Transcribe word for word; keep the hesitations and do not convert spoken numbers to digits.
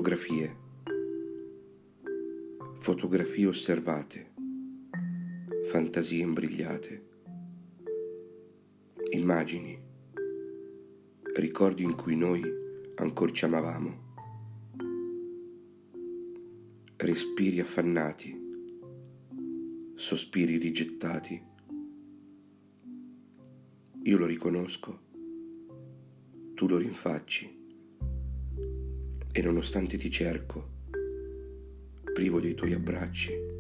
Fotografie. Fotografie osservate. Fantasie imbrigliate. Immagini. Ricordi in cui noi ancor ci amavamo. Respiri affannati. Sospiri rigettati. Io lo riconosco. Tu lo rinfacci. E nonostante ti cerco, privo dei tuoi abbracci,